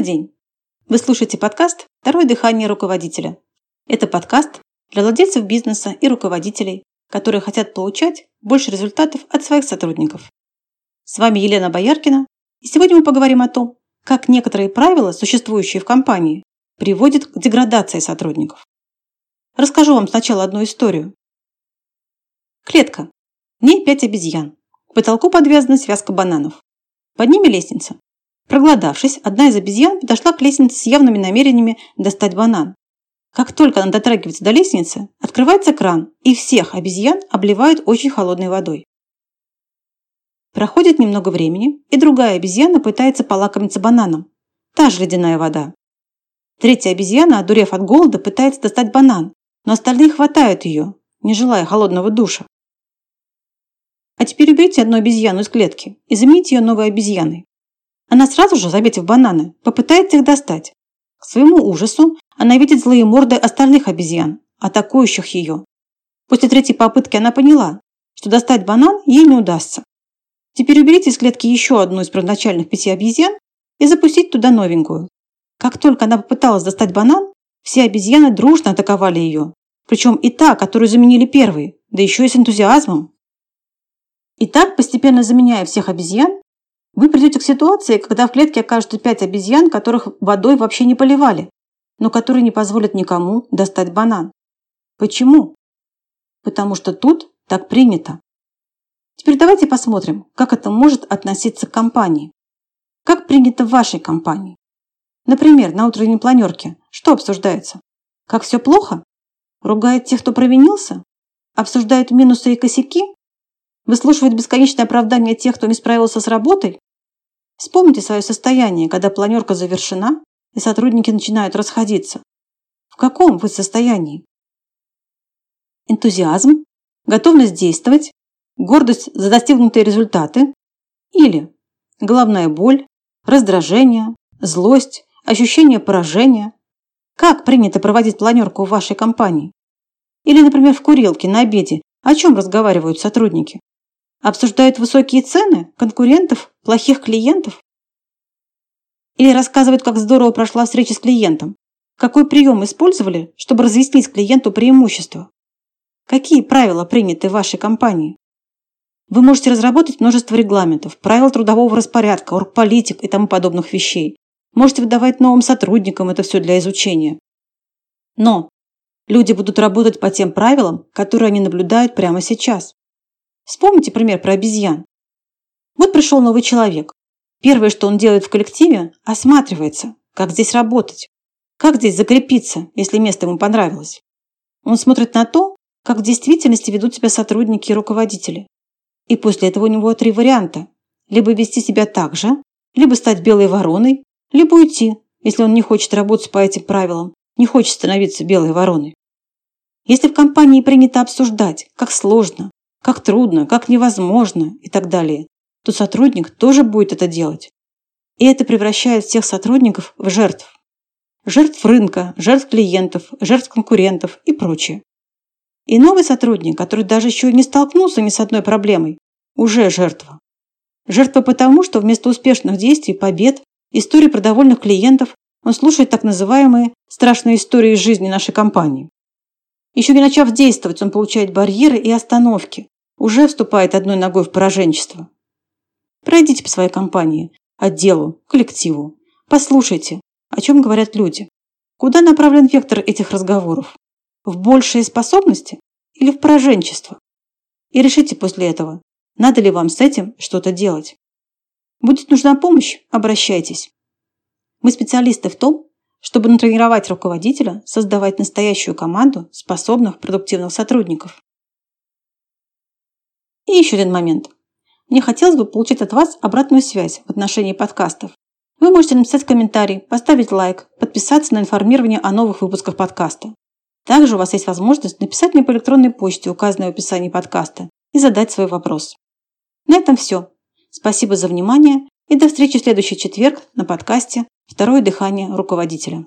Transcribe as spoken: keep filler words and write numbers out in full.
день! Вы слушаете подкаст «Второе дыхание руководителя». Это подкаст для владельцев бизнеса и руководителей, которые хотят получать больше результатов от своих сотрудников. С вами Елена Бояркина, и сегодня мы поговорим о том, как некоторые правила, существующие в компании, приводят к деградации сотрудников. Расскажу вам сначала одну историю. Клетка. В ней пять обезьян. К потолку подвязана связка бананов. Под ними лестница. Проголодавшись, одна из обезьян подошла к лестнице с явными намерениями достать банан. Как только она дотрагивается до лестницы, открывается кран, и всех обезьян обливают очень холодной водой. Проходит немного времени, и другая обезьяна пытается полакомиться бананом. Та же ледяная вода. Третья обезьяна, одурев от голода, пытается достать банан, но остальные хватают ее, не желая холодного душа. А теперь уберите одну обезьяну из клетки и замените ее новой обезьяной. Она сразу же, заметив бананы, попытается их достать. К своему ужасу она видит злые морды остальных обезьян, атакующих ее. После третьей попытки она поняла, что достать банан ей не удастся. Теперь уберите из клетки еще одну из первоначальных пяти обезьян и запустите туда новенькую. Как только она попыталась достать банан, все обезьяны дружно атаковали ее. Причем и та, которую заменили первой, да еще и с энтузиазмом. И так, постепенно заменяя всех обезьян, вы придете к ситуации, когда в клетке окажутся пять обезьян, которых водой вообще не поливали, но которые не позволят никому достать банан. Почему? Потому что тут так принято. Теперь давайте посмотрим, как это может относиться к компании. Как принято в вашей компании? Например, на утренней планерке что обсуждается? Как все плохо? Ругает тех, кто провинился? Обсуждает минусы и косяки? Выслушивает бесконечное оправдание тех, кто не справился с работой? Вспомните свое состояние, когда планерка завершена и сотрудники начинают расходиться. В каком вы состоянии? Энтузиазм, готовность действовать, гордость за достигнутые результаты или головная боль, раздражение, злость, ощущение поражения? Как принято проводить планерку в вашей компании? Или, например, в курилке на обеде о чем разговаривают сотрудники? Обсуждают высокие цены, конкурентов, плохих клиентов? Или рассказывают, как здорово прошла встреча с клиентом? Какой прием использовали, чтобы разъяснить клиенту преимущества? Какие правила приняты в вашей компании? Вы можете разработать множество регламентов, правил трудового распорядка, оргполитик и тому подобных вещей. Можете выдавать новым сотрудникам это все для изучения. Но люди будут работать по тем правилам, которые они наблюдают прямо сейчас. Вспомните пример про обезьян. Вот пришел новый человек. Первое, что он делает в коллективе, осматривается, как здесь работать, как здесь закрепиться, если место ему понравилось. Он смотрит на то, как в действительности ведут себя сотрудники и руководители. И после этого у него три варианта. Либо вести себя так же, либо стать белой вороной, либо уйти, если он не хочет работать по этим правилам, не хочет становиться белой вороной. Если в компании принято обсуждать, как сложно, как трудно, как невозможно и так далее, то сотрудник тоже будет это делать. И это превращает всех сотрудников в жертв. Жертв рынка, жертв клиентов, жертв конкурентов и прочее. И новый сотрудник, который даже еще не столкнулся ни с одной проблемой, уже жертва. Жертва потому, что вместо успешных действий, побед, историй про довольных клиентов, он слушает так называемые страшные истории из жизни нашей компании. Еще не начав действовать, он получает барьеры и остановки, уже вступает одной ногой в пораженчество. Пройдите по своей компании, отделу, коллективу. Послушайте, о чем говорят люди. Куда направлен вектор этих разговоров? В большие способности или в пораженчество? И решите после этого, надо ли вам с этим что-то делать. Будет нужна помощь? Обращайтесь. Мы специалисты в том, чтобы натренировать руководителя, создавать настоящую команду способных, продуктивных сотрудников. И еще один момент. Мне хотелось бы получить от вас обратную связь в отношении подкастов. Вы можете написать комментарий, поставить лайк, подписаться на информирование о новых выпусках подкаста. Также у вас есть возможность написать мне по электронной почте, указанной в описании подкаста, и задать свой вопрос. На этом все. Спасибо за внимание и до встречи в следующий четверг на подкасте «Второе дыхание руководителя».